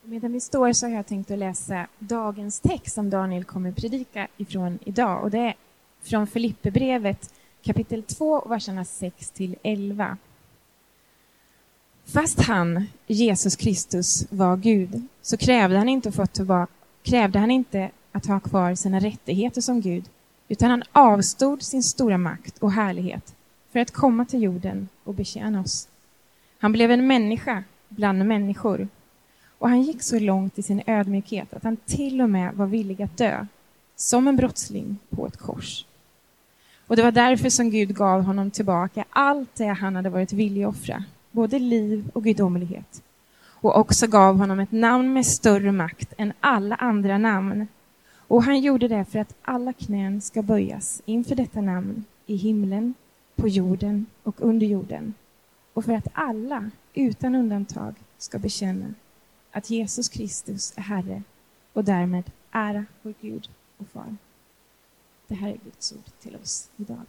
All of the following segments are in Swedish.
Medan vi står så har jag tänkt att läsa dagens text som Daniel kommer predika ifrån idag. Och det är från Filipperbrevet kapitel 2, verserna 6-11. Fast han, Jesus Kristus, var Gud, så krävde han inte att ha kvar sina rättigheter som Gud, utan han avstod sin stora makt och härlighet för att komma till jorden och betjäna oss. Han blev en människa bland människor, och han gick så långt i sin ödmjukhet att han till och med var villig att dö som en brottsling på ett kors. Och det var därför som Gud gav honom tillbaka allt det han hade varit villig att offra, både liv och gudomlighet. Och också gav honom ett namn med större makt än alla andra namn. Och han gjorde det för att alla knän ska böjas inför detta namn i himlen, på jorden och under jorden. Och för att alla, utan undantag, ska bekänna att Jesus Kristus är Herre och därmed ära vår Gud och Far. Det här är Guds ord till oss idag.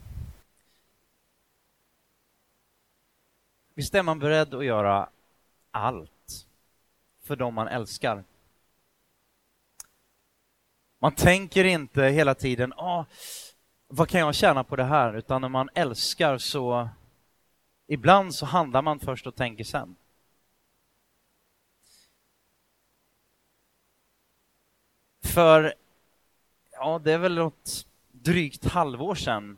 Visst är man beredd att göra allt för dem man älskar? Man tänker inte hela tiden, vad kan jag tjäna på det här? Utan när man älskar så ibland så handlar man först och tänker sen. För det är väl något drygt halvår sedan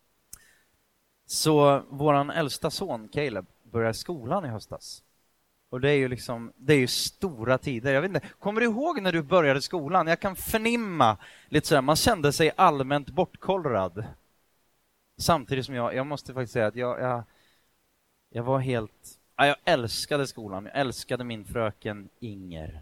så våran äldsta son Caleb började skolan i höstas. Och det är ju stora tider. Jag vet inte, kommer du ihåg när du började skolan? Jag kan förnimma lite sådär, man kände sig allmänt bortkollrad. Samtidigt som jag måste faktiskt säga att jag var helt, jag älskade skolan. Jag älskade min fröken Inger.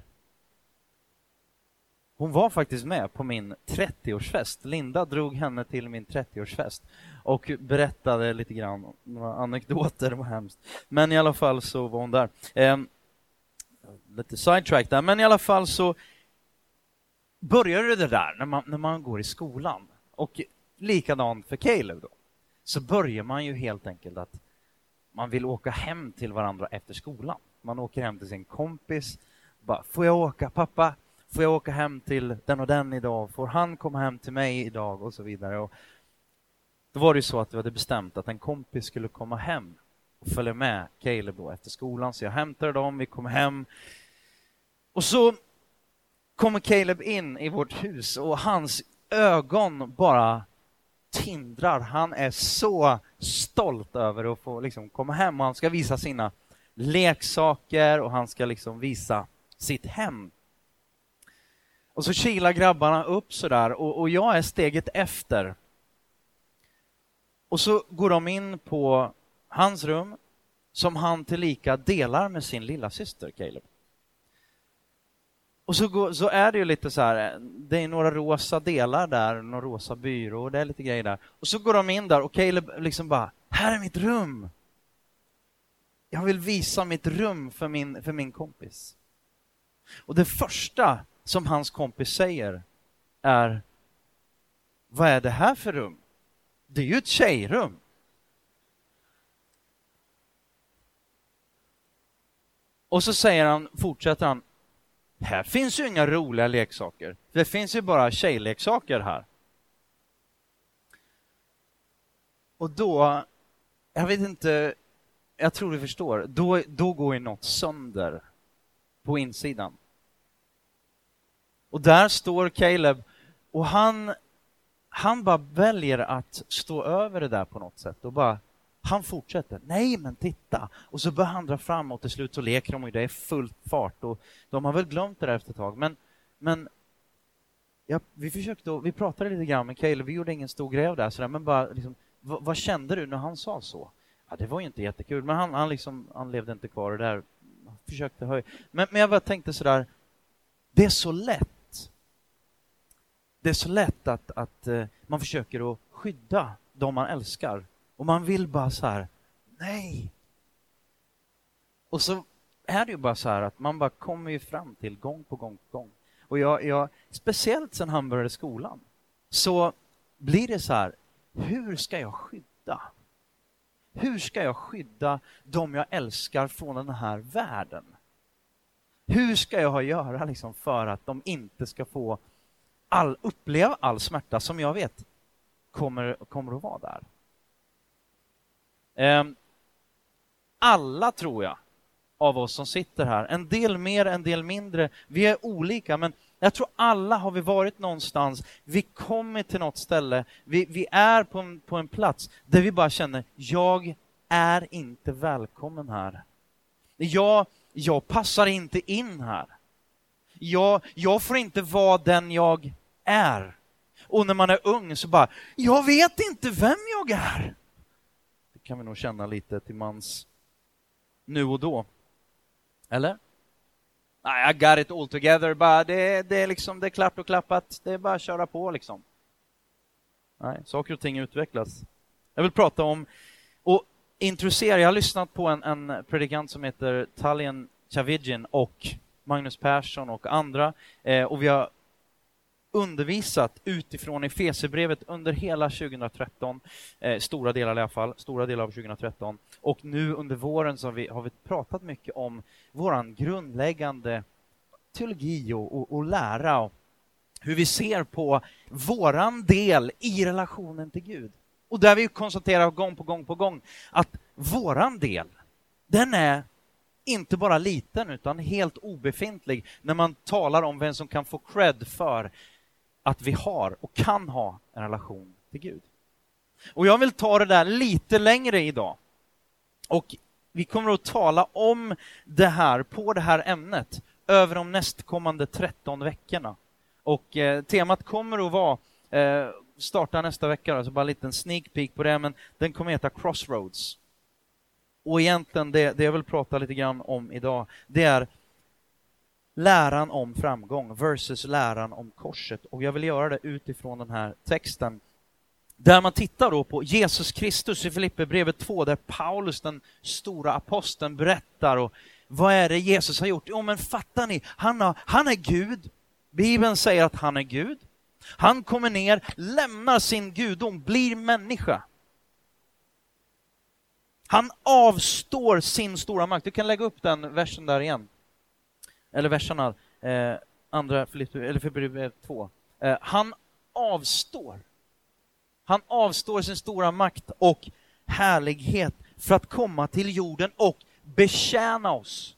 Hon var faktiskt med på min 30-årsfest. Linda drog henne till min 30-årsfest och berättade lite grann några anekdoter, det var hemskt. Men i alla fall så var hon där. Lite sidetrack där, men i alla fall så började det där när man går i skolan. Och likadant för Caleb då. Så börjar man ju helt enkelt att man vill åka hem till varandra efter skolan. Man åker hem till sin kompis. Bara, får jag åka, pappa? Får jag åka hem till den och den idag? Får han komma hem till mig idag? Och så vidare. Och då var det ju så att vi hade bestämt att en kompis skulle komma hem och följa med Caleb då efter skolan. Så jag hämtade dem, vi kom hem. Och så kommer Caleb in i vårt hus och hans ögon bara tindrar. Han är så stolt över att få komma hem. Och han ska visa sina leksaker och han ska visa sitt hem. Och så kilar grabbarna upp sådär och jag är steget efter. Och så går de in på hans rum som han tillika delar med sin lilla syster Caleb. Och så är det ju lite så här, det är några rosa delar där, några rosa byrå och det är lite grejer där. Och så går de in där och Caleb bara, här är mitt rum. Jag vill visa mitt rum för min kompis. Och det första som hans kompis säger är, vad är det här för rum? Det är ju ett tjejrum. Och så fortsätter han, här finns ju inga roliga leksaker. Det finns ju bara tjejleksaker här. Och då, jag vet inte, jag tror du förstår, då går ju något sönder på insidan. Och där står Caleb och han bara väljer att stå över det där på något sätt. Och bara, han fortsätter. Nej, men titta. Och så börjar han dra fram och till slut så leker de och det är fullt fart. Och de har väl glömt det där efter ett tag. Men ja, vi pratade lite grann med Caleb. Vi gjorde ingen stor grej av det här. Sådär, men bara, vad kände du när han sa så? Ja, det var ju inte jättekul. Men han levde inte kvar det där. Han försökte höja. Men jag bara tänkte sådär, det är så lätt. Det är så lätt att man försöker att skydda de man älskar. Och man vill bara så här, nej. Och så är det ju bara så här att man bara kommer ju fram till gång på gång. Och jag speciellt sen han började skolan så blir det så här, hur ska jag skydda? Hur ska jag skydda de jag älskar från den här världen? Hur ska jag göra liksom för att de inte ska få uppleva all smärta som jag vet kommer att vara där? Alla, tror jag, av oss som sitter här, en del mer, en del mindre, vi är olika, men jag tror alla har vi varit någonstans, vi kommer till något ställe, vi är på en plats där vi bara känner, jag är inte välkommen här. Jag passar inte in här. Jag får inte vara den jag är. Och när man är ung så bara, jag vet inte vem jag är. Det kan vi nog känna lite till mans nu och då. Eller? Nej, I got it all together. Bara, det är liksom, det är klart och klappat. Det är bara att köra på liksom. Nej, saker och ting utvecklas. Jag vill prata om och introducera. Jag har lyssnat på en predikant som heter Talian Chavigin och Magnus Persson och andra. Och vi har undervisat utifrån Efesierbrevet under hela 2013. Stora delar i alla fall. Stora delar av 2013. Och nu under våren så har vi pratat mycket om våran grundläggande teologi och lära. Och hur vi ser på våran del i relationen till Gud. Och där vi konstaterar gång på gång att våran del, den är inte bara liten utan helt obefintlig när man talar om vem som kan få cred för att vi har och kan ha en relation till Gud. Och jag vill ta det där lite längre idag. Och vi kommer att tala om det här på det här ämnet över de nästkommande 13 veckorna. Och temat kommer att vara starta nästa vecka, alltså bara en liten sneak peek på det, men den kommer att heta Crossroads. Och egentligen det jag vill prata lite grann om idag, det är läran om framgång versus läran om korset. Och jag vill göra det utifrån den här texten. Där man tittar då på Jesus Kristus i Filipperbrevet 2, där Paulus, den stora aposteln, berättar. Och vad är det Jesus har gjort? Jo, men fattar ni? Han är Gud. Bibeln säger att han är Gud. Han kommer ner, lämnar sin gudom, blir människa. Han avstår sin stora makt. Du kan lägga upp den versen där igen. Eller verserna, andra Filipperbrevet 2. Han avstår sin stora makt och härlighet för att komma till jorden och betjäna oss.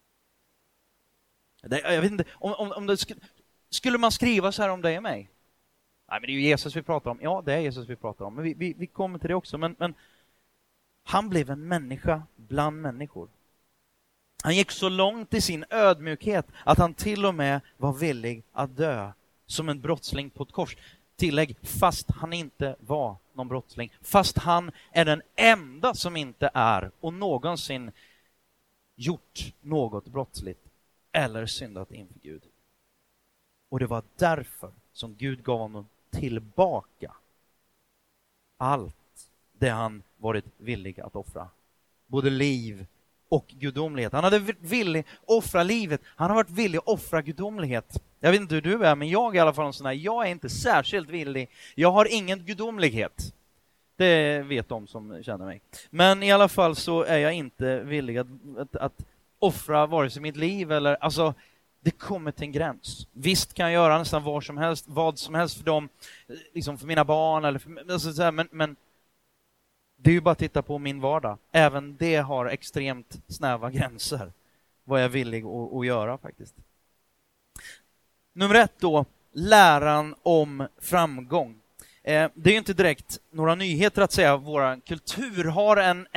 Jag vet inte, om det skulle man skriva så här om dig och mig? Nej, men det är ju Jesus vi pratar om. Ja, det är Jesus vi pratar om. Men vi kommer till det också. Men han blev en människa bland människor. Han gick så långt i sin ödmjukhet att han till och med var villig att dö som en brottsling på ett kors. Tillägg, fast han inte var någon brottsling. Fast han är den enda som inte är och någonsin gjort något brottsligt eller syndat inför Gud. Och det var därför som Gud gav honom tillbaka allt det han varit villig att offra. Både liv och gudomlighet. Han hade villig offra livet. Han har varit villig att offra gudomlighet. Jag vet inte hur du är, men jag är i alla fall en sån här. Jag är inte särskilt villig. Jag har ingen gudomlighet. Det vet de som känner mig. Men i alla fall så är jag inte villig att offra vare sig mitt liv eller... Alltså, det kommer till en gräns. Visst kan jag göra nästan vad som helst för dem, liksom för mina barn eller för, alltså så här, men det är ju bara att titta på min vardag. Även det har extremt snäva gränser. Vad jag är villig att göra faktiskt. Nummer 1 då, läran om framgång. Det är ju inte direkt några nyheter att säga. Vår kultur har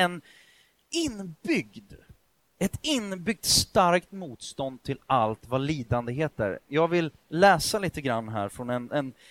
ett inbyggt starkt motstånd till allt vad lidande heter. Jag vill läsa lite grann här från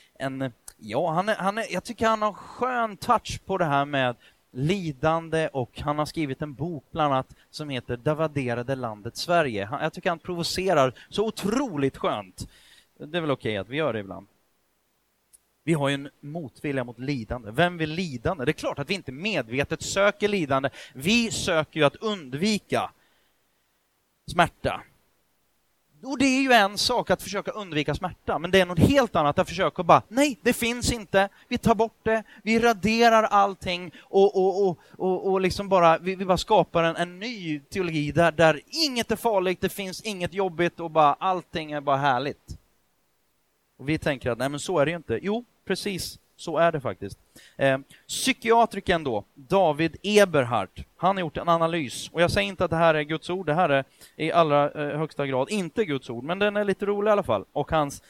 jag tycker han har skön touch på det här med lidande, och han har skrivit en bok bland annat som heter Devaderade landet Sverige. Jag tycker han provocerar så otroligt skönt. Det är väl okej att vi gör det ibland. Vi har ju en motvilja mot lidande. Vem vill lidande? Det är klart att vi inte medvetet söker lidande. Vi söker ju att undvika smärta. Och det är ju en sak att försöka undvika smärta, men det är något helt annat att försöka bara, nej, det finns inte, vi tar bort det, vi raderar allting och liksom bara, vi bara skapar en ny teologi där inget är farligt, det finns inget jobbigt och bara allting är bara härligt. Och vi tänker att nej, men så är det ju inte. Jo, precis, så är det faktiskt. Psykiatriken då, David Eberhard, han har gjort en analys. Och jag säger inte att det här är Guds ord, det här är i allra högsta grad inte Guds ord, men den är lite rolig i alla fall. Och hans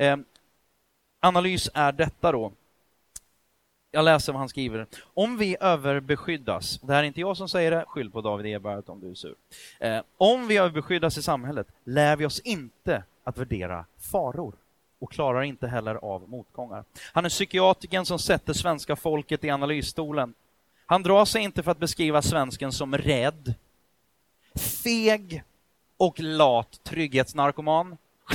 analys är detta då. Jag läser vad han skriver. Om vi överbeskyddas, det här är inte jag som säger det, skyll på David Eberhard om du är sur. Om vi överbeskyddas i samhället lär vi oss inte att värdera faror. Och klarar inte heller av motgångar. Han är psykiatriken som sätter svenska folket i analysstolen. Han drar sig inte för att beskriva svensken som rädd, feg och lat trygghetsnarkoman.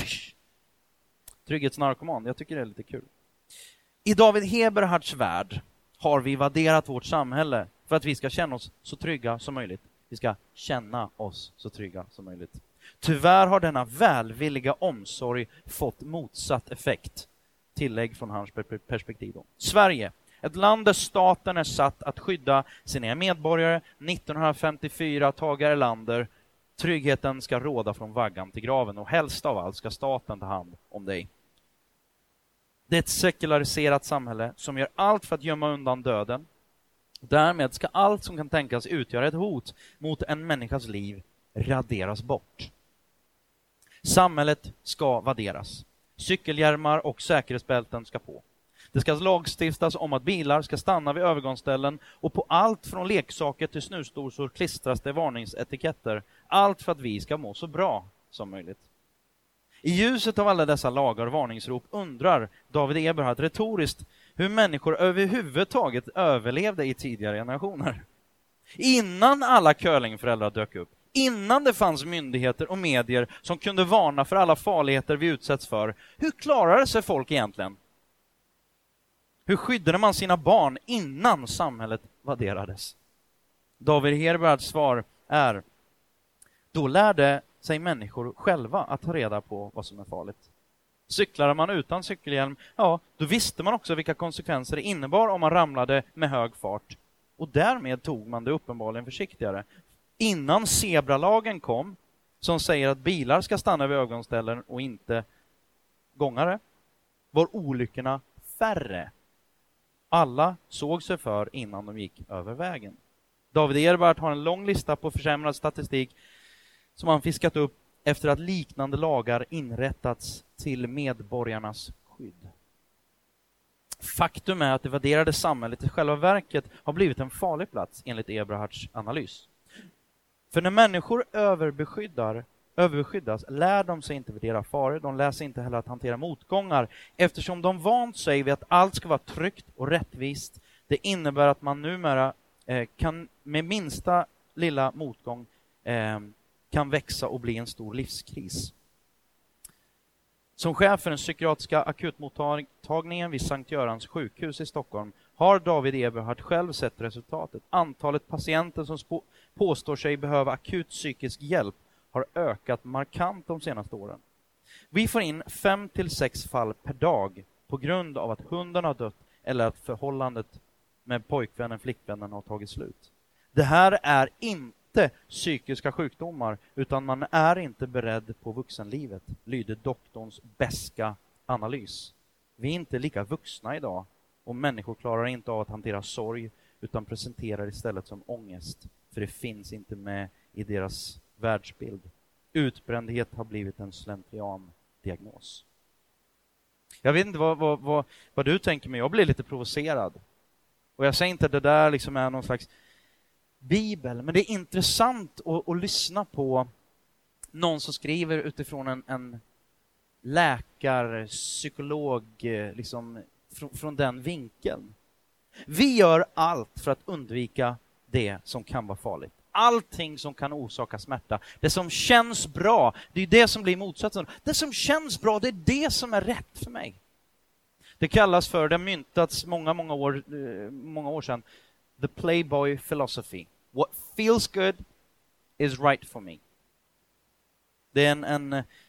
Trygghetsnarkoman, jag tycker det är lite kul. I David Eberhards värld har vi vadderat vårt samhälle för att vi ska känna oss så trygga som möjligt. Vi ska känna oss så trygga som möjligt. Tyvärr har denna välvilliga omsorg fått motsatt effekt. Tillägg från hans perspektiv då. Sverige, ett land där staten är satt att skydda sina medborgare. 1954, Tage Erlander. Tryggheten ska råda från vaggan till graven och helst av allt ska staten ta hand om dig. Det är ett sekulariserat samhälle som gör allt för att gömma undan döden. Därmed ska allt som kan tänkas utgöra ett hot mot en människas liv raderas bort. Samhället ska vadderas. Cykelhjälmar och säkerhetsbälten ska på. Det ska lagstiftas om att bilar ska stanna vid övergångsställen och på allt från leksaker till snusdosor klistras det varningsetiketter. Allt för att vi ska må så bra som möjligt. I ljuset av alla dessa lagar och varningsrop undrar David Eberhard retoriskt hur människor överhuvudtaget överlevde i tidigare generationer. Innan alla curlingföräldrar dök upp. Innan det fanns myndigheter och medier som kunde varna för alla farligheter vi utsätts för. Hur klarade sig folk egentligen? Hur skyddade man sina barn innan samhället vadderades? David Eberhards svar är: då lärde sig människor själva att ta reda på vad som är farligt. Cyklade man utan cykelhjälm, ja, då visste man också vilka konsekvenser det innebar om man ramlade med hög fart. Och därmed tog man det uppenbarligen försiktigare. Innan zebralagen kom, som säger att bilar ska stanna vid övergångsställen och inte gångare, var olyckorna färre. Alla såg sig för innan de gick över vägen. David Eberhard har en lång lista på försämrad statistik som han fiskat upp efter att liknande lagar inrättats till medborgarnas skydd. Faktum är att det vadderade samhället i själva verket har blivit en farlig plats enligt Eberhards analys. För när människor överbeskyddas lär de sig inte värdera faror, de lär sig inte heller att hantera motgångar eftersom de vant sig vid att allt ska vara tryggt och rättvist. Det innebär att man numera kan med minsta lilla motgång kan växa och bli en stor livskris. Som chef för den psykiatriska akutmottagningen vid Sankt Görans sjukhus i Stockholm har David Eberhard själv sett resultatet. Antalet patienter som påstår sig behöva akut psykisk hjälp har ökat markant de senaste åren. Vi får in 5-6 fall per dag på grund av att hunden har dött eller att förhållandet med flickvännen har tagit slut. Det här är inte psykiska sjukdomar utan man är inte beredd på vuxenlivet, lyder doktorns beska analys. Vi är inte lika vuxna idag och människor klarar inte av att hantera sorg utan presenterar istället som ångest för det finns inte med i deras världsbild. Utbrändhet har blivit en slentrian-diagnos. Jag vet inte vad du tänker, men jag blir lite provocerad. Och jag säger inte att det där liksom är någon slags bibel, men det är intressant att lyssna på någon som skriver utifrån en läkare, psykolog, liksom från den vinkeln. Vi gör allt för att undvika det som kan vara farligt. Allting som kan orsaka smärta. Det som känns bra, det är det som blir motsatsen. Det som känns bra, det är det som är rätt för mig. Det kallas för, det har myntats många år sedan, the Playboy philosophy. What feels good is right for me. Det är en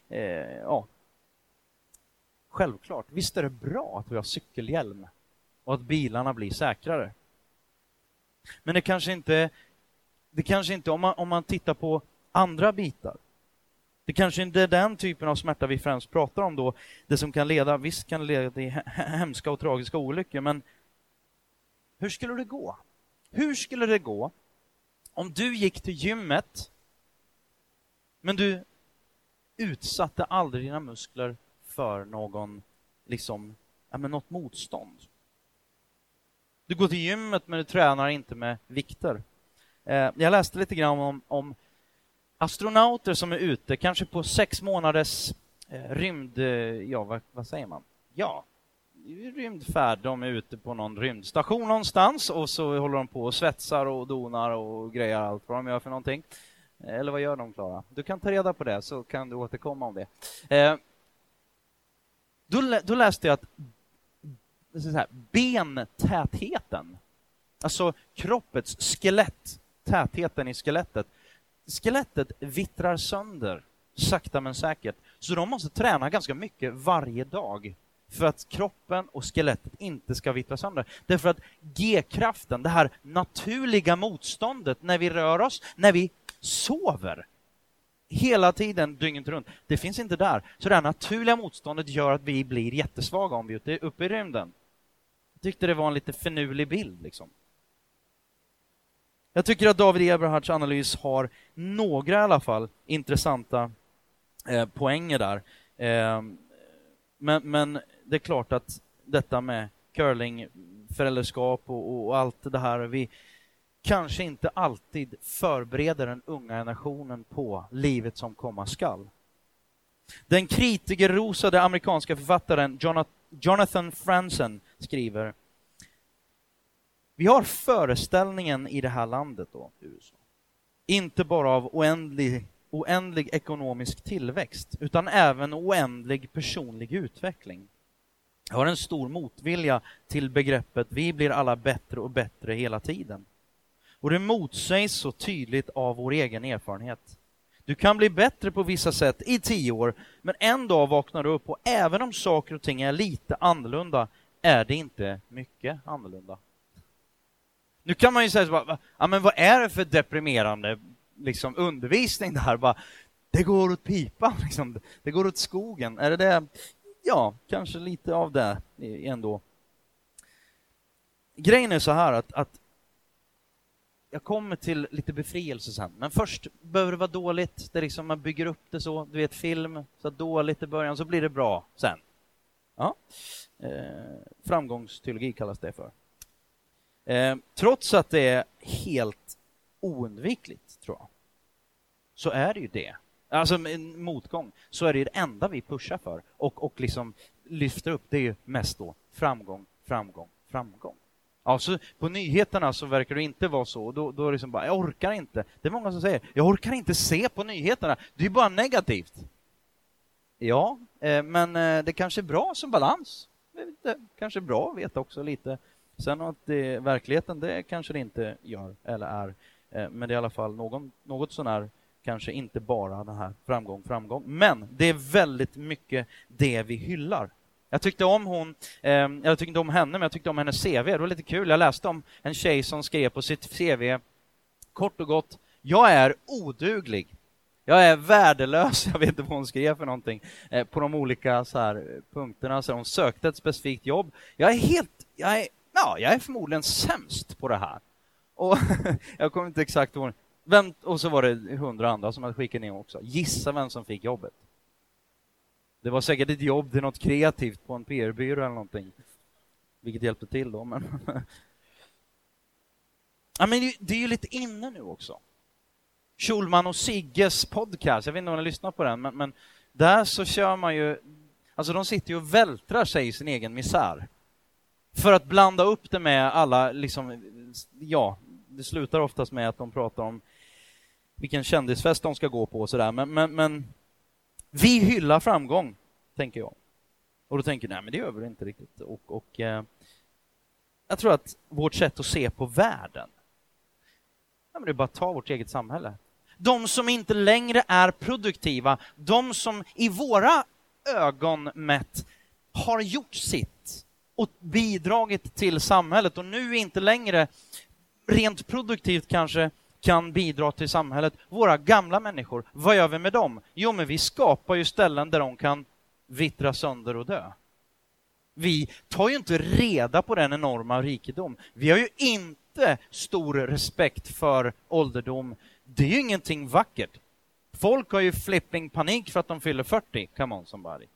ja, självklart. Visst är det bra att vi har cykelhjälm och att bilarna blir säkrare. Men det kanske inte om man tittar på andra bitar. Det kanske inte är den typen av smärta vi främst pratar om då. Det som visst kan leda till hemska och tragiska olyckor. Men hur skulle det gå? Hur skulle det gå om du gick till gymmet men du utsatte aldrig dina muskler för något motstånd? Du går till gymmet men du tränar inte med vikter. Jag läste lite grann om astronauter som är ute, kanske på 6 månaders vad säger man? Ja, rymdfärd. De är ute på någon rymdstation någonstans och så håller de på och svetsar och donar och grejer allt vad de gör för någonting. Eller vad gör de, Klara? Du kan ta reda på det så kan du återkomma om det. Då läste jag att bentätheten, alltså kroppets skelett, tätheten i skelettet vittrar sönder sakta men säkert. Så de måste träna ganska mycket varje dag för att kroppen och skelettet inte ska vittra sönder. Därför att G-kraften, det här naturliga motståndet när vi rör oss, när vi sover hela tiden, dygnet runt, det finns inte där. Så det här naturliga motståndet gör att vi blir jättesvaga om vi är uppe i rymden. Jag tyckte det var en lite finurlig bild liksom. Jag tycker att David Eberhards analys har några i alla fall intressanta poänger där. Men det är klart att detta med curling, föräldraskap och allt det här, vi kanske inte alltid förbereder den unga generationen på livet som komma skall. Den kritikerrosade amerikanska författaren Jonathan Franzen skriver: vi har föreställningen i det här landet då, USA, inte bara av oändlig ekonomisk tillväxt, utan även oändlig personlig utveckling. Jag har en stor motvilja till begreppet vi blir alla bättre och bättre hela tiden. Och det motsägs så tydligt av vår egen erfarenhet. Du kan bli bättre på vissa sätt i 10 år, men en dag vaknar du upp och även om saker och ting är lite annorlunda är det inte mycket annorlunda. Nu kan man ju säga så bara, ja, men vad är det för deprimerande liksom, undervisning det här? Bara, det går åt pipan, liksom. Det går åt skogen. Är det? Ja, kanske lite av det ändå. Grejen är så här att jag kommer till lite befrielse sen. Men först behöver det vara dåligt. Det är liksom, man bygger upp det så. Du vet, film, så dåligt i början så blir det bra sen. Ja. Framgångsteologi kallas det för. Trots att det är helt oundvikligt, tror jag, så är det ju det. Alltså en motgång, så är det ju det enda vi pushar för och liksom lyfter upp, det är ju mest då framgång. Alltså på nyheterna så verkar det inte vara så. Då är det liksom bara, jag orkar inte. Det är många som säger, jag orkar inte se på nyheterna. Det är bara negativt. Ja, men det kanske är bra som balans. Det kanske är bra att veta också lite. Sen att verkligheten, det kanske det inte gör eller är. Men det är i alla fall något sån här, kanske inte bara den här framgång. Men det är väldigt mycket det vi hyllar. Jag tyckte om jag tyckte inte om henne, men jag tyckte om hennes CV. Det var lite kul. Jag läste om en tjej som skrev på sitt CV, kort och gott: jag är oduglig. Jag är värdelös. Jag vet inte vad hon skrev för någonting. På de olika så här punkterna. Så hon sökte ett specifikt jobb. Jag är förmodligen sämst på det här. Och jag kommer inte exakt ihåg. Och så var det 100 andra som hade skickat ner också. Gissa vem som fick jobbet. Det var säkert ett jobb till något kreativt på en PR-byrå eller någonting. Vilket hjälpte till då. Men ja, men det är ju lite inne nu också. Schulman och Sigges podcast. Jag vet inte om ni lyssnar på den. Men där så kör man ju... Alltså de sitter ju och vältrar sig i sin egen misär. För att blanda upp det med alla liksom... Ja, det slutar oftast med att de pratar om vilken kändisfest de ska gå på och sådär. Men vi hyllar framgång, tänker jag. Och då tänker jag, nej men det gör vi inte riktigt. Och jag tror att vårt sätt att se på världen, ja, men det är bara att ta vårt eget samhälle. De som inte längre är produktiva. De som i våra ögon mätt har gjort sitt och bidragit till samhället och nu inte längre rent produktivt kanske kan bidra till samhället. Våra gamla människor, vad gör vi med dem? Jo, men vi skapar ju ställen där de kan vittra sönder och dö. Vi tar ju inte reda på den enorma rikedom. Vi har ju inte stor respekt för ålderdom. Det är ju ingenting vackert. Folk har ju flipping panik för att de fyller 40. Come on somebody.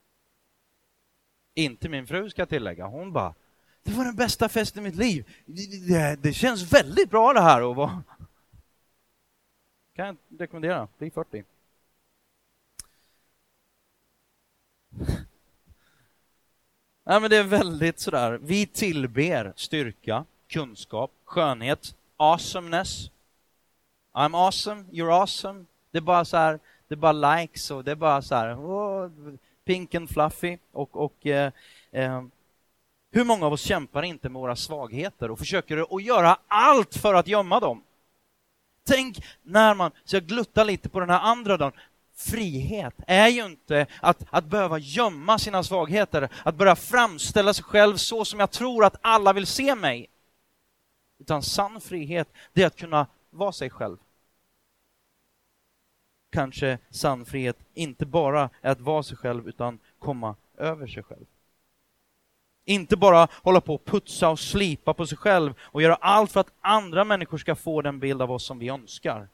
Inte min fru ska tillägga. Hon bara, det var den bästa festen i mitt liv. Det känns väldigt bra det här att vara. Kan jag rekommendera. Bli 40. Nej, men det är väldigt sådär. Vi tillber styrka, kunskap, skönhet, awesomeness. I'm awesome, you're awesome. Det är bara så här, det är bara likes och det är bara så här, pink and fluffy. Hur många av oss kämpar inte med våra svagheter och försöker att göra allt för att gömma dem? Tänk när man, så jag gluttar lite på den här andra dagen. Frihet är ju inte att behöva gömma sina svagheter, att börja framställa sig själv så som jag tror att alla vill se mig. Utan sann frihet, det är att kunna vara sig själv. Kanske sann frihet inte bara är att vara sig själv utan komma över sig själv. Inte bara hålla på och putsa och slipa på sig själv och göra allt för att andra människor ska få den bild av oss som vi önskar.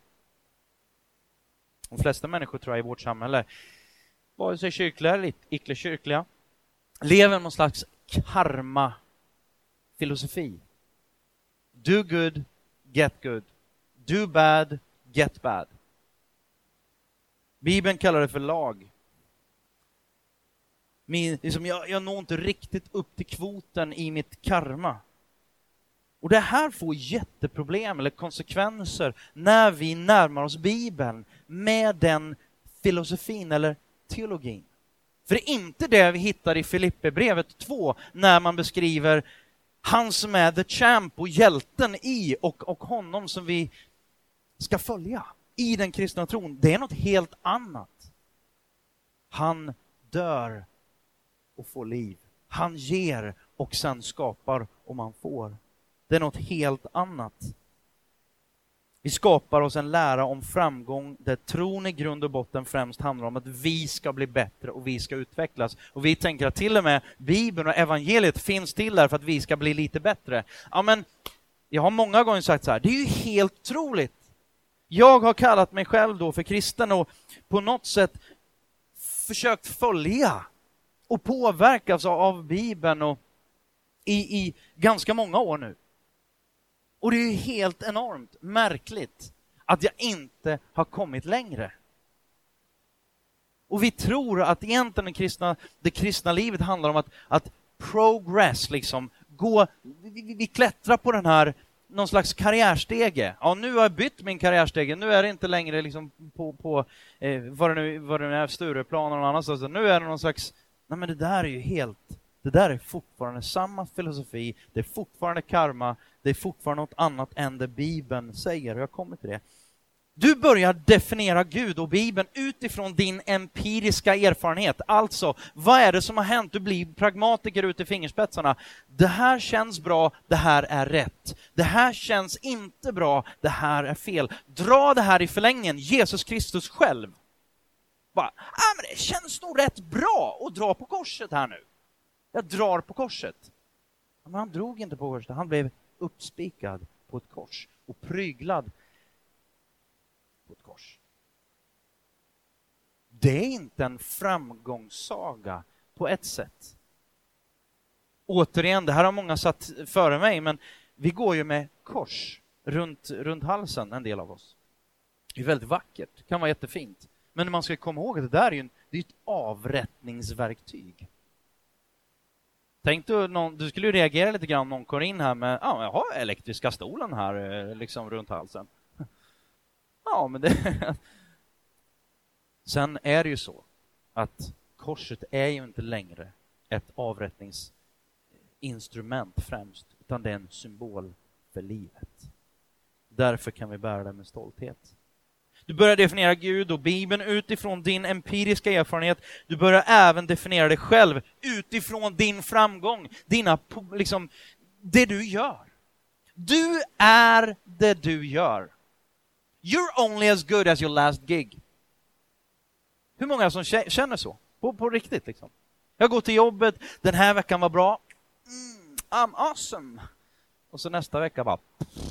De flesta människor tror jag i vårt samhälle, vare sig kyrkliga eller icke-kyrkliga, lever någon slags karma-filosofi. Do good, get good. Do bad, get bad. Bibeln kallar det för lag. Jag når inte riktigt upp till kvoten i mitt karma. Och det här får jätteproblem eller konsekvenser när vi närmar oss Bibeln med den filosofin eller teologin. För det är inte det vi hittar i Filipperbrevet 2 när man beskriver han som är the champ och hjälten i och honom som vi ska följa i den kristna tron. Det är något helt annat. Han dör och får liv. Han ger och sen skapar och man får. Det är något helt annat. Vi skapar oss en lära om framgång där tron i grund och botten främst handlar om att vi ska bli bättre och vi ska utvecklas. Och vi tänker att till och med Bibeln och evangeliet finns till där för att vi ska bli lite bättre. Ja, men jag har många gånger sagt så här, det är ju helt otroligt. Jag har kallat mig själv då för kristen och på något sätt försökt följa och påverkas av Bibeln och i ganska många år nu. Och det är ju helt enormt märkligt att jag inte har kommit längre. Och vi tror att egentligen det kristna livet handlar om att progress, liksom gå, vi klättrar på den här någon slags karriärstege. Ja, nu har jag bytt min karriärstege. Nu är det inte längre liksom på vad det nu är, Stureplan eller någon annanstans. Nu är det någon slags, nej men det där är fortfarande samma filosofi. Det är fortfarande karma. Det är fortfarande något annat än det Bibeln säger. Och jag kommer till det. Du börjar definiera Gud och Bibeln utifrån din empiriska erfarenhet. Alltså, vad är det som har hänt? Du blir pragmatiker ut i fingerspetsarna. Det här känns bra, det här är rätt. Det här känns inte bra, det här är fel. Dra det här i förlängningen, Jesus Kristus själv. Bara, men det känns nog rätt bra att dra på korset här nu. Jag drar på korset. Men han drog inte på korset, han blev uppspikad på ett kors och pryglad på ett kors. Det är inte en framgångssaga på ett sätt. Återigen, det här har många satt före mig, men vi går ju med kors runt halsen, en del av oss. Det är väldigt vackert, kan vara jättefint. Men man ska komma ihåg att det där är det är ett avrättningsverktyg. Tänk du skulle ju reagera lite grann om någon kommer in här med jag har elektriska stolen här liksom runt halsen. Ja, men det... Sen är det ju så att korset är ju inte längre ett avrättningsinstrument främst, utan det är en symbol för livet. Därför kan vi bära det med stolthet. Du börjar definiera Gud och Bibeln utifrån din empiriska erfarenhet. Du börjar även definiera dig själv utifrån din framgång. Det du gör. Du är det du gör. You're only as good as your last gig. Hur många som känner så? På riktigt liksom. Jag går till jobbet, den här veckan var bra. I'm awesome. Och så nästa vecka bara...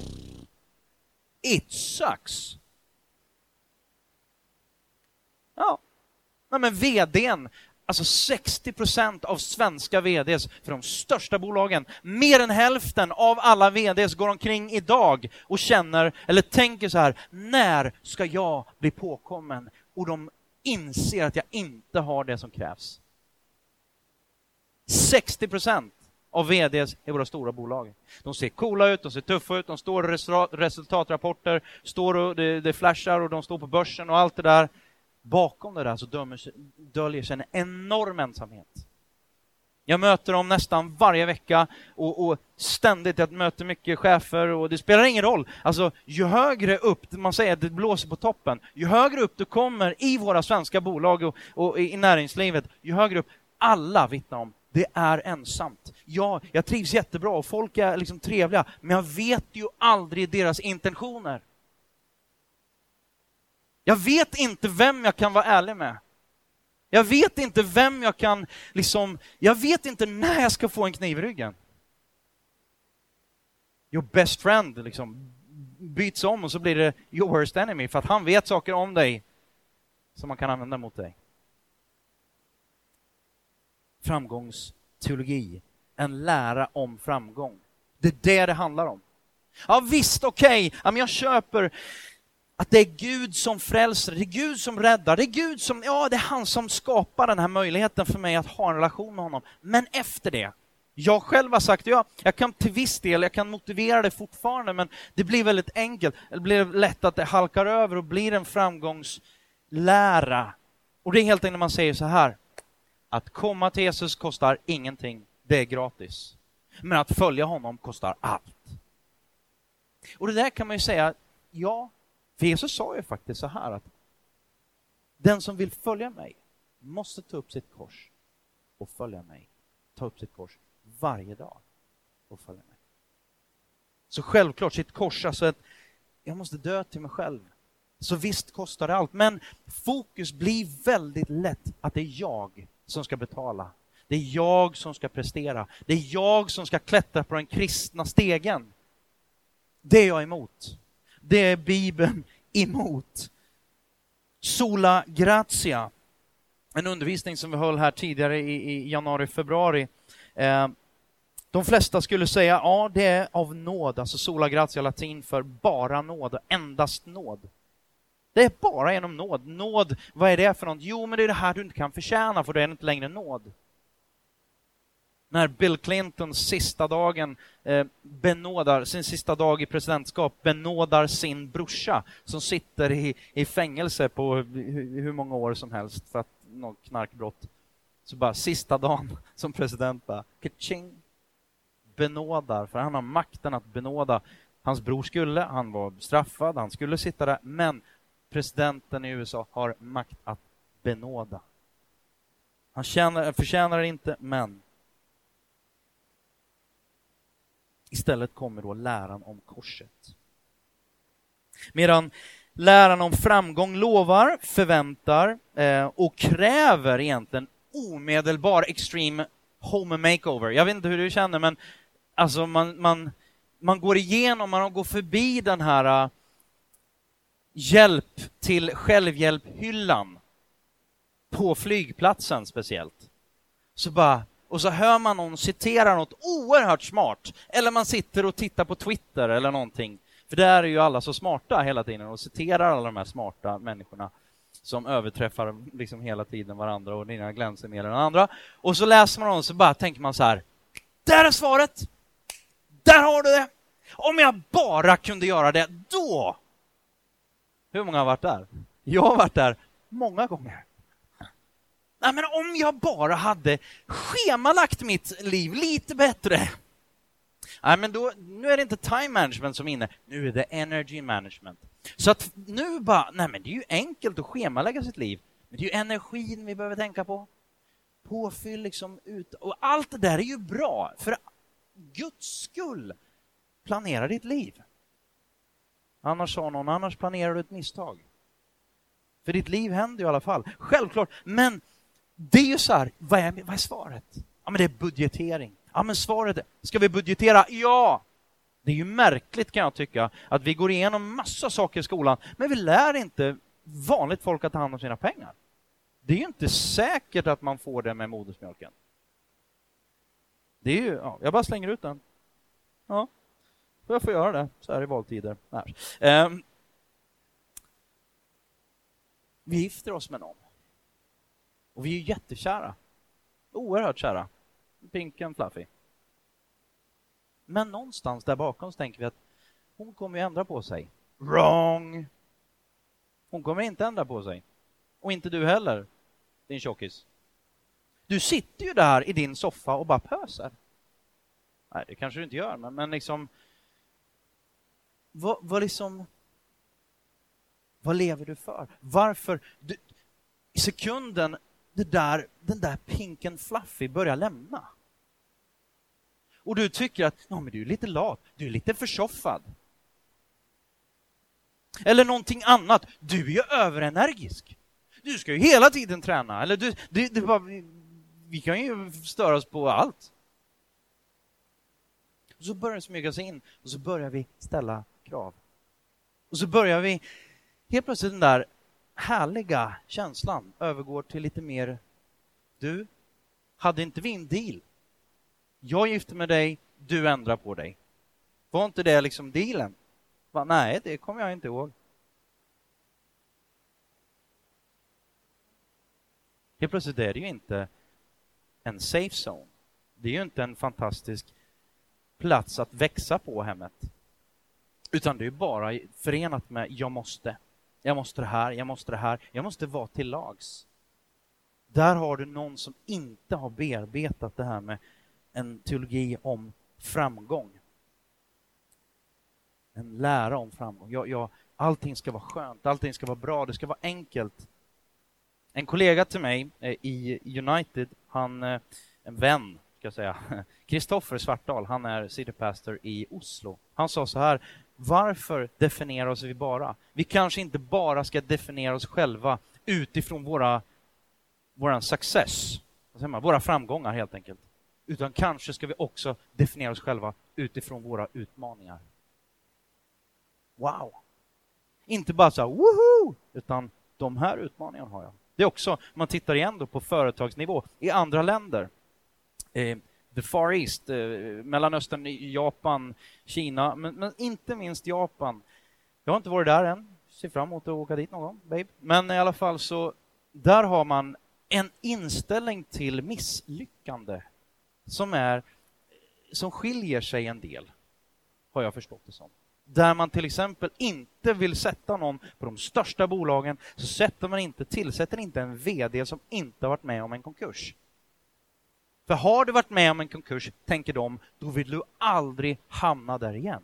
It sucks. Ja. Nej, men vdn, alltså 60% av svenska vds för de största bolagen, mer än hälften av alla vds går omkring idag och känner eller tänker så här: när ska jag bli påkommen? Och de inser att jag inte har det som krävs. 60% av vds i våra stora bolag. De ser coola ut, de ser tuffa ut, de står i resultatrapporter, står och det flashar och de står på börsen och allt det där. Bakom det där så döljer sig en enorm ensamhet. Jag möter dem nästan varje vecka och ständigt. Jag möter mycket chefer och det spelar ingen roll. Alltså, ju högre upp, man säger att det blåser på toppen, ju högre upp du kommer i våra svenska bolag och i näringslivet, ju högre upp, alla vittnar om det är ensamt. Ja, jag trivs jättebra och folk är liksom trevliga, men jag vet ju aldrig deras intentioner. Jag vet inte vem jag kan vara ärlig med. Jag vet inte vem jag kan jag vet inte när jag ska få en kniv i ryggen. Your best friend byts om och så blir det your worst enemy för att han vet saker om dig som man kan använda mot dig. Framgångsteologi, en lära om framgång. Det är det handlar om. Ja visst, okej, men jag köper att det är Gud som frälser, det är Gud som räddar, det är Gud som, det är han som skapar den här möjligheten för mig att ha en relation med honom. Men efter det, jag själv har sagt, jag kan till viss del, jag kan motivera det fortfarande, men det blir väldigt enkelt, det blir lätt att det halkar över och blir en framgångslära. Och det är helt enkelt när man säger så här: att komma till Jesus kostar ingenting, det är gratis. Men att följa honom kostar allt. Och det där kan man ju säga, för Jesus sa ju faktiskt så här att den som vill följa mig måste ta upp sitt kors och följa mig. Ta upp sitt kors varje dag och följa mig. Så självklart sitt kors, alltså att jag måste dö till mig själv. Så visst kostar det allt, men fokus blir väldigt lätt att det är jag som ska betala. Det är jag som ska prestera. Det är jag som ska klättra på den kristna stegen. Det är jag emot. Det är Bibeln emot. Sola gratia. En undervisning som vi höll här tidigare i januari-februari. De flesta skulle säga, det är av nåd. Alltså sola gratia, latin för bara nåd. Endast nåd. Det är bara genom nåd. Nåd, vad är det för något? Jo, men det är det här du inte kan förtjäna, för det är inte längre nåd. När Bill Clintons sista dagen benådar, sin sista dag i presidentskap, benådar sin brorsa som sitter i fängelse på hur många år som helst för att något knarkbrott. Så bara sista dagen som president bara, ka-ching, benådar, för han har makten att benåda. Hans bror han var straffad, han skulle sitta där, men presidenten i USA har makt att benåda. Han förtjänar det inte, men istället kommer då läran om korset. Medan läran om framgång lovar, förväntar och kräver egentligen omedelbar extreme home makeover. Jag vet inte hur du känner, men alltså man går igenom, man går förbi den här hjälp till självhjälphyllan på flygplatsen speciellt. Och så hör man någon citera något oerhört smart. Eller man sitter och tittar på Twitter eller någonting. För där är ju alla så smarta hela tiden och citerar alla de här smarta människorna som överträffar liksom hela tiden varandra och dina glänser mer än andra. Och så läser man och så bara tänker man så här: där är svaret! Där har du det! Om jag bara kunde göra det, då! Hur många har varit där? Jag har varit där många gånger. Nej, men om jag bara hade schemalagt mitt liv lite bättre. Nej, men nu är det inte time management som är inne. Nu är det energy management. Så att nu bara, nej men det är ju enkelt att schemalägga sitt liv. Men det är ju energin vi behöver tänka på. Påfyll liksom ut. Och allt det där är ju bra. För Guds skull, planera ditt liv. Annars sa någon, annars planerar du ett misstag. För ditt liv händer ju i alla fall. Självklart, men det är ju så här, vad är svaret? Ja, men det är budgetering. Ja, men svaret är, ska vi budgetera? Ja! Det är ju märkligt kan jag tycka att vi går igenom massa saker i skolan, men vi lär inte vanligt folk att ta hand om sina pengar. Det är ju inte säkert att man får det med modersmjölken. Det är ju, ja, jag bara slänger ut den. Ja, jag får göra det så här i valtider. Vi gifter oss med någon. Och vi är jättekära. Oerhört kära. Pink and fluffy. Men någonstans där bakom så tänker vi att hon kommer ju ändra på sig. Wrong! Hon kommer inte ändra på sig. Och inte du heller, din tjockis. Du sitter ju där i din soffa och bara pöser. Nej, det kanske du inte gör, men liksom... Vad lever du för? Varför? I sekunden den där pink and fluffy börjar lämna. Och du tycker att men du är lite lat, du är lite försoffad. Eller någonting annat, du är ju överenergisk. Du ska ju hela tiden träna. Eller vi kan ju störa oss på allt. Och så börjar det smyga sig in och så börjar vi ställa krav. Och så börjar vi helt plötsligt den där härliga känslan övergår till lite mer du, hade inte vi en deal? Jag gifter med dig, du ändrar på dig. Var inte det liksom dealen? Nej, det kommer jag inte ihåg. Helt plötsligt är det ju inte en safe zone. Det är ju inte en fantastisk plats att växa på hemmet. Utan det är bara förenat med jag måste det här, jag måste vara till lags. Där har du någon som inte har bearbetat det här med en teologi om framgång. En lära om framgång. Allting ska vara skönt, allting ska vara bra, det ska vara enkelt. En kollega till mig i United, en vän ska jag säga, Kristoffer Svartdal, han är city pastor i Oslo. Han sa så här: varför definierar oss vi bara? Vi kanske inte bara ska definiera oss själva utifrån våran success, våra framgångar helt enkelt. Utan kanske ska vi också definiera oss själva utifrån våra utmaningar. Wow! Inte bara så här, woohoo! Utan de här utmaningarna har jag. Det är också, man tittar igen då på företagsnivå i andra länder. The Far East, Mellanöstern, Japan, Kina, men inte minst Japan. Jag har inte varit där än. Ser fram emot att åka dit någon gång, babe. Men i alla fall så, där har man en inställning till misslyckande som skiljer sig en del, har jag förstått det som. Där man till exempel inte vill sätta någon på de största bolagen, så tillsätter inte en vd som inte har varit med om en konkurs. För har du varit med om en konkurs, tänker de, då vill du aldrig hamna där igen.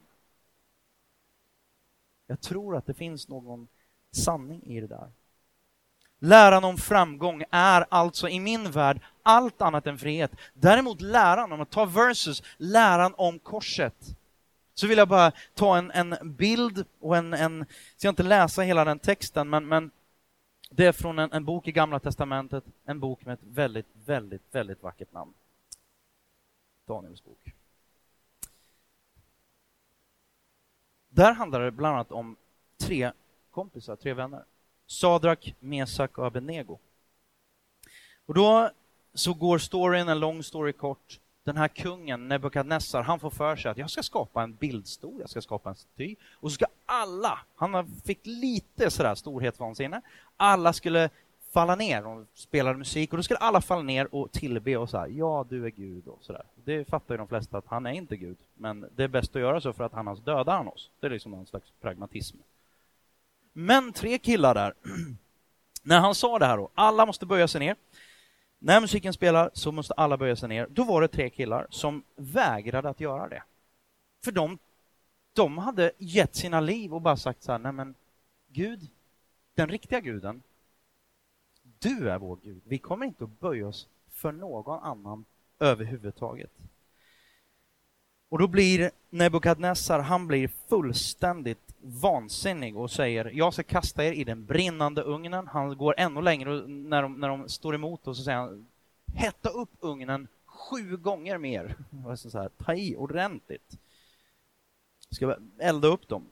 Jag tror att det finns någon sanning i det där. Läran om framgång är alltså i min värld allt annat än frihet. Däremot läran om att ta versus, läran om korset. Så vill jag bara ta en bild och ska jag inte läsa hela den texten, men det är från en bok i Gamla testamentet, en bok med ett väldigt, väldigt, väldigt vackert namn. Daniels bok. Där handlar det bland annat om 3 vänner. Sadrak, Mesak och Abednego. Och då så går storyn, en lång story kort. Den här kungen, Nebukadnessar, han får för sig att jag ska skapa en bildstol, jag ska skapa en staty. Och så ska alla, han fick lite sådär storhetsvansinne, alla skulle falla ner och spela musik. Och då skulle alla falla ner och tillbe och säga, ja du är Gud och sådär. Det fattar ju de flesta att han är inte Gud. Men det är bäst att göra så för att annars dödar han oss. Det är liksom en slags pragmatism. Men 3 killar där, när han sa det här då, alla måste böja sig ner. När musiken spelar så måste alla böja sig ner. Då var det 3 killar som vägrade att göra det. För de hade gett sina liv och bara sagt så här, nej men Gud, den riktiga guden, du är vår Gud. Vi kommer inte att böja oss för någon annan överhuvudtaget. Och då blir Nebukadnessar, han blir fullständigt vansinnig och säger, jag ska kasta er i den brinnande ugnen. Han går ännu längre och när de står emot och så säger han, hetta upp ugnen 7 gånger mer. Så här, ta i ordentligt. Ska elda upp dem.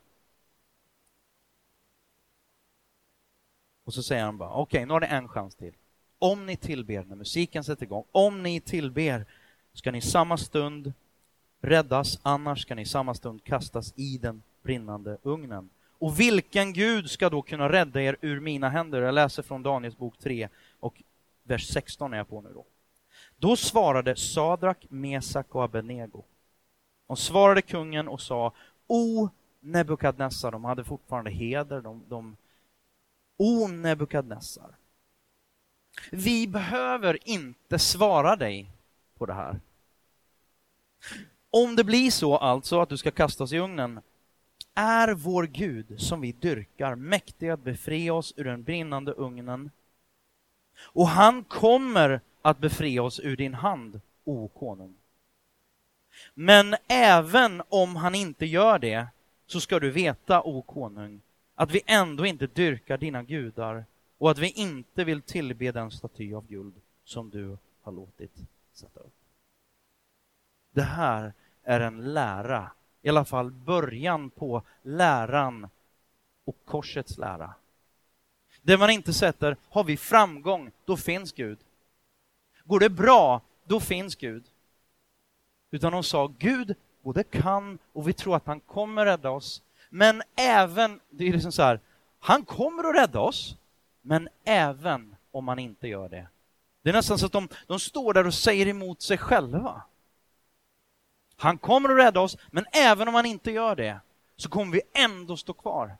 Och så säger han bara, okej, nu har ni en chans till. Om ni tillber när musiken sätter igång, om ni tillber ska ni samma stund räddas, annars ska ni samma stund kastas i den brinnande ugnen. Och vilken Gud ska då kunna rädda er ur mina händer? Jag läser från Daniels bok 3 och vers 16 är jag på nu då. Då svarade Sadrak, Mesak och Abednego. Och svarade kungen och sa, O Nebukadnessar, de hade fortfarande heder, O Nebukadnessar, vi behöver inte svara dig på det här. Om det blir så alltså att du ska kastas i ugnen, är vår Gud som vi dyrkar mäktig att befria oss ur den brinnande ugnen. Och han kommer att befria oss ur din hand, o konung. Men även om han inte gör det, så ska du veta, o konung, att vi ändå inte dyrkar dina gudar och att vi inte vill tillbe den staty av guld som du har låtit sätta upp. Det här är en lära, i alla fall början på läran och korsets lära. Det man inte sätter, har vi framgång, då finns Gud. Går det bra, då finns Gud. Utan de sa, Gud både kan och vi tror att han kommer rädda oss. Men även, det är liksom så här, han kommer att rädda oss, men även om han inte gör det. Det är nästan så att de står där och säger emot sig själva. Han kommer att rädda oss, men även om han inte gör det, så kommer vi ändå stå kvar.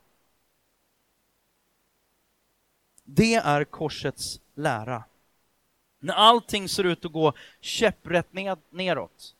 Det är korsets lära. När allting ser ut att gå käpprätt neråt,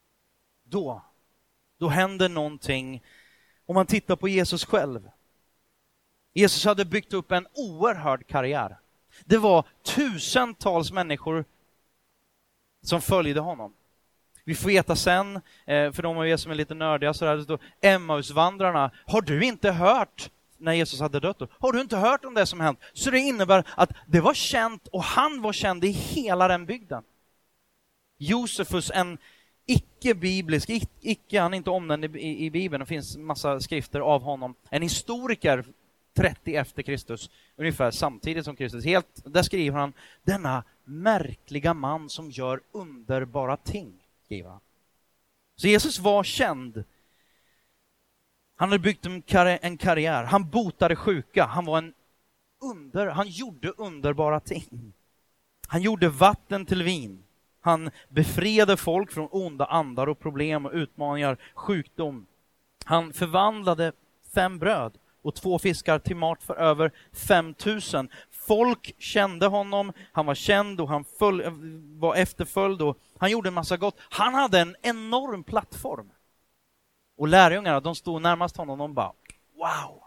då händer någonting. Om man tittar på Jesus själv. Jesus hade byggt upp en oerhörd karriär. Det var tusentals människor som följde honom. Vi får veta sen, för de av er som är lite nördiga, så där står Emmausvandrarna. Har du inte hört när Jesus hade dött? Har du inte hört om det som hänt? Så det innebär att det var känt och han var känd i hela den bygden. Josefus, en icke-biblisk, han är inte omnämnd i Bibeln, det finns massa skrifter av honom. En historiker 30 efter Kristus, ungefär samtidigt som Kristus. Där skriver han, denna märkliga man som gör underbara ting, skriver han. Så Jesus var känd. Han hade byggt en karriär. Han botade sjuka. Han var han gjorde underbara ting. Han gjorde vatten till vin. Han befriade folk från onda andar och problem och utmaningar, sjukdom. Han förvandlade 5 bröd och 2 fiskar till mat för över 5000. Folk kände honom, han var känd och han var efterföljd och han gjorde en massa gott. Han hade en enorm plattform. Och lärjungarna, de stod närmast honom och de bara, wow,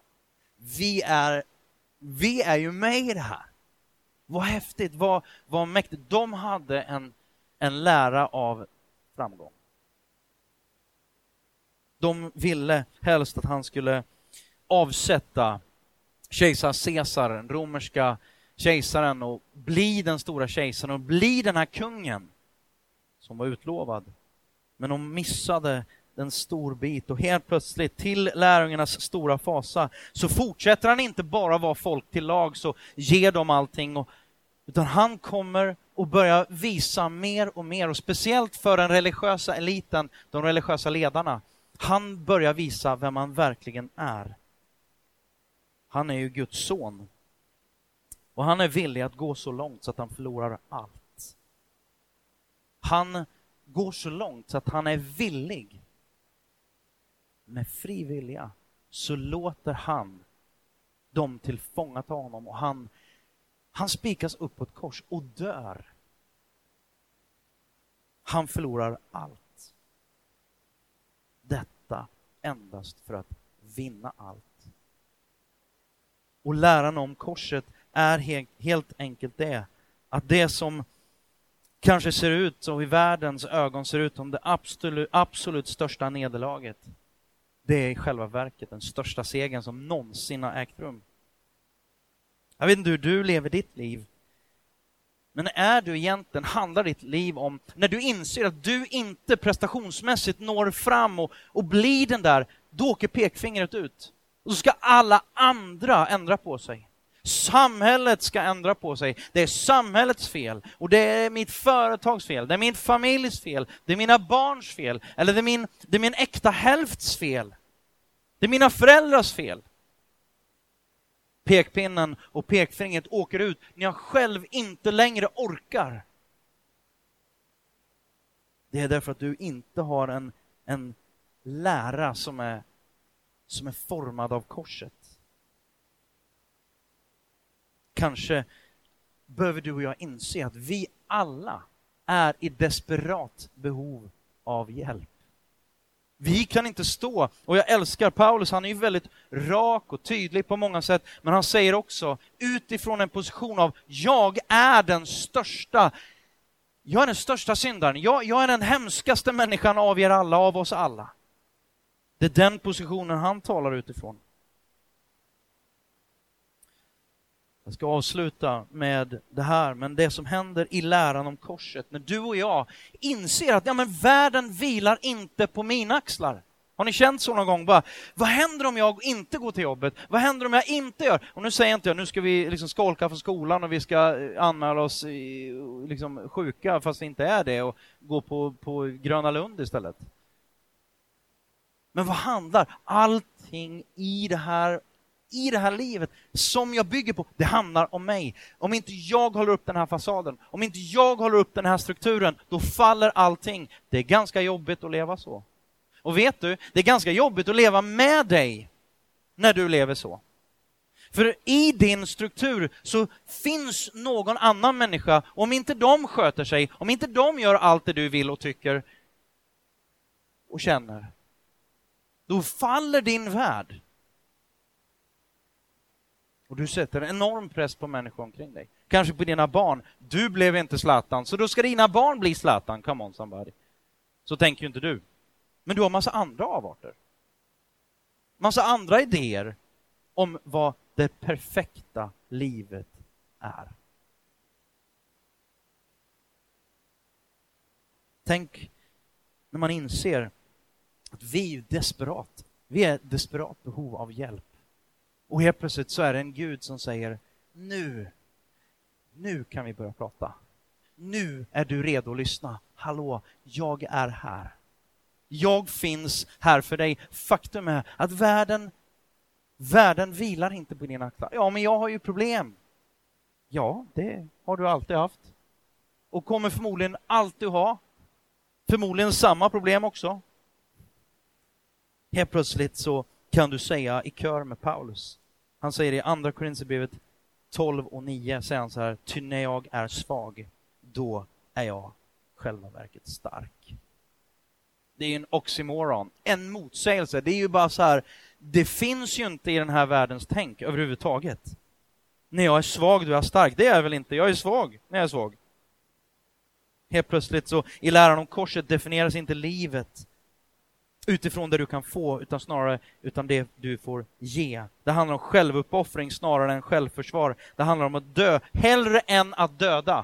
vi är ju med i det här. Vad häftigt, vad mäktigt. De hade en lära av framgång. De ville helst att han skulle avsätta kejsar Caesar, den romerska kejsaren, och bli den stora kejsaren och bli den här kungen som var utlovad. Men de missade en stor bit och helt plötsligt, till lärjungarnas stora fasa, så fortsätter han inte bara vara folk till lag så ger dem allting, utan han kommer och börjar visa mer och mer, och speciellt för den religiösa eliten, de religiösa ledarna. Han börjar visa vem han verkligen är. Han är ju Guds son. Och han är villig att gå så långt så att han förlorar allt. Han går så långt så att han är villig. Med fri vilja så låter han dem tillfångata honom, och han spikas upp på ett kors och dör. Han förlorar allt. Detta endast för att vinna allt. Och läran om korset är helt enkelt det. Att det som kanske ser ut, så i världens ögon ser ut som det absolut största nederlaget, det är i själva verket den största segern som någonsin har ägt rum. Jag vet inte hur du lever ditt liv. Men är du egentligen, handlar ditt liv om, när du inser att du inte prestationsmässigt når fram och blir den där, då åker pekfingret ut. Och så ska alla andra ändra på sig. Samhället ska ändra på sig. Det är samhällets fel. Och det är mitt företags fel. Det är min familjs fel. Det är mina barns fel. Eller det är min äkta hälfts fel. Det är mina föräldrars fel. Pekpinnen och pekfingret åker ut när jag själv inte längre orkar. Det är därför att du inte har en lära som är formad av korset. Kanske behöver du och jag inse att vi alla är i desperat behov av hjälp. Vi kan inte stå, och jag älskar Paulus, han är ju väldigt rak och tydlig på många sätt, men han säger också utifrån en position av jag är den största syndaren, jag är den hemskaste människan av oss alla. Det är den positionen han talar utifrån. Jag ska avsluta med det här, men det som händer i läran om korset, när du och jag inser att världen vilar inte på mina axlar. Har ni känt så någon gång? Vad händer om jag inte går till jobbet? Vad händer om jag inte gör? Och nu säger inte jag, nu ska vi skolka från skolan och vi ska anmäla oss sjuka fast vi inte är det och gå på Gröna Lund istället. Men vad handlar allting i det här livet som jag bygger på, det handlar om mig. Om inte jag håller upp den här fasaden, om inte jag håller upp den här strukturen, då faller allting. Det är ganska jobbigt att leva så. Och vet du, det är ganska jobbigt att leva med dig när du lever så. För i din struktur så finns någon annan människa, om inte de sköter sig, om inte de gör allt det du vill och tycker och känner, då faller din värld. Och du sätter en enorm press på människor omkring dig. Kanske på dina barn. Du blev inte Zlatan, så då ska dina barn bli Zlatan. Come on somebody. Så tänker ju inte du. Men du har massa andra avarter. Massa andra idéer om vad det perfekta livet är. Tänk när man inser att vi är desperat behov av hjälp. Och helt plötsligt så är det en Gud som säger, nu kan vi börja prata. Nu är du redo att lyssna. Hallå, jag är här. Jag finns här för dig. Faktum är att världen vilar inte på dina axlar. Ja, men jag har ju problem. Ja, det har du alltid haft. Och kommer förmodligen alltid ha. Förmodligen samma problem också. Helt plötsligt så kan du säga i kör med Paulus. Han säger i andra Korinthierbrevet 12:9 säger han så här: ty när jag är svag, då är jag själva verket stark. Det är ju en oxymoron, en motsägelse. Det är ju bara så här, det finns ju inte i den här världens tänk överhuvudtaget. När jag är svag, då är jag stark. Det är jag väl inte, jag är svag när jag är svag. Helt plötsligt så i läran om korset definieras inte livet utifrån det du kan få, utan snarare utan det du får ge. Det handlar om självuppoffring snarare än självförsvar. Det handlar om att dö hellre än att döda.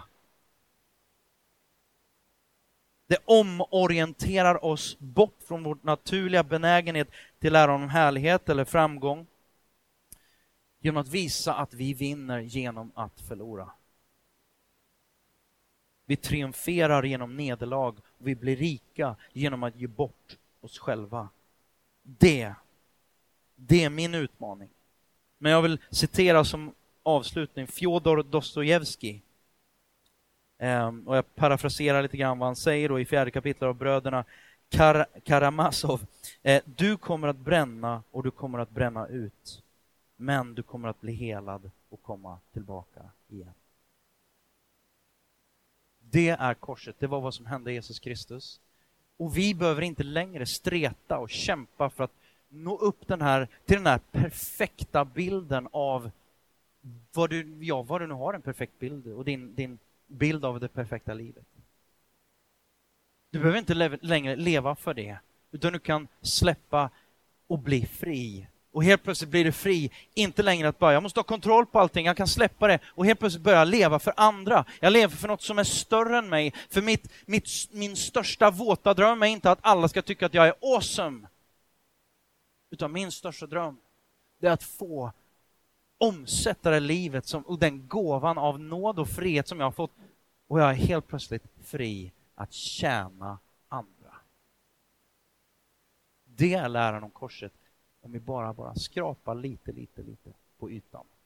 Det omorienterar oss bort från vår naturliga benägenhet till läran om härlighet eller framgång, genom att visa att vi vinner genom att förlora. Vi triumferar genom nederlag och vi blir rika genom att ge bort oss själva. Det är min utmaning. Men jag vill citera som avslutning Fjodor Dostojevskij. Och jag parafraserar lite grann vad han säger då i 4:e kapitlet av Bröderna Karamazov. Du kommer att bränna och du kommer att bränna ut. Men du kommer att bli helad och komma tillbaka igen. Det är korset. Det var vad som hände Jesus Kristus. Och vi behöver inte längre streta och kämpa för att nå upp till den här perfekta bilden av vad du nu har en perfekt bild och din bild av det perfekta livet. Du behöver inte längre leva för det, utan du kan släppa och bli fri. Och helt plötsligt blir du fri, inte längre att bara jag måste ha kontroll på allting, jag kan släppa det och helt plötsligt börja leva för andra. Jag lever för något som är större än mig, för min största våta dröm är inte att alla ska tycka att jag är awesome. Utan min största dröm är att få omsätta det livet och den gåvan av nåd och frihet som jag har fått, och jag är helt plötsligt fri att tjäna andra. Det är läran om korset, om vi bara skrapar lite på ytan.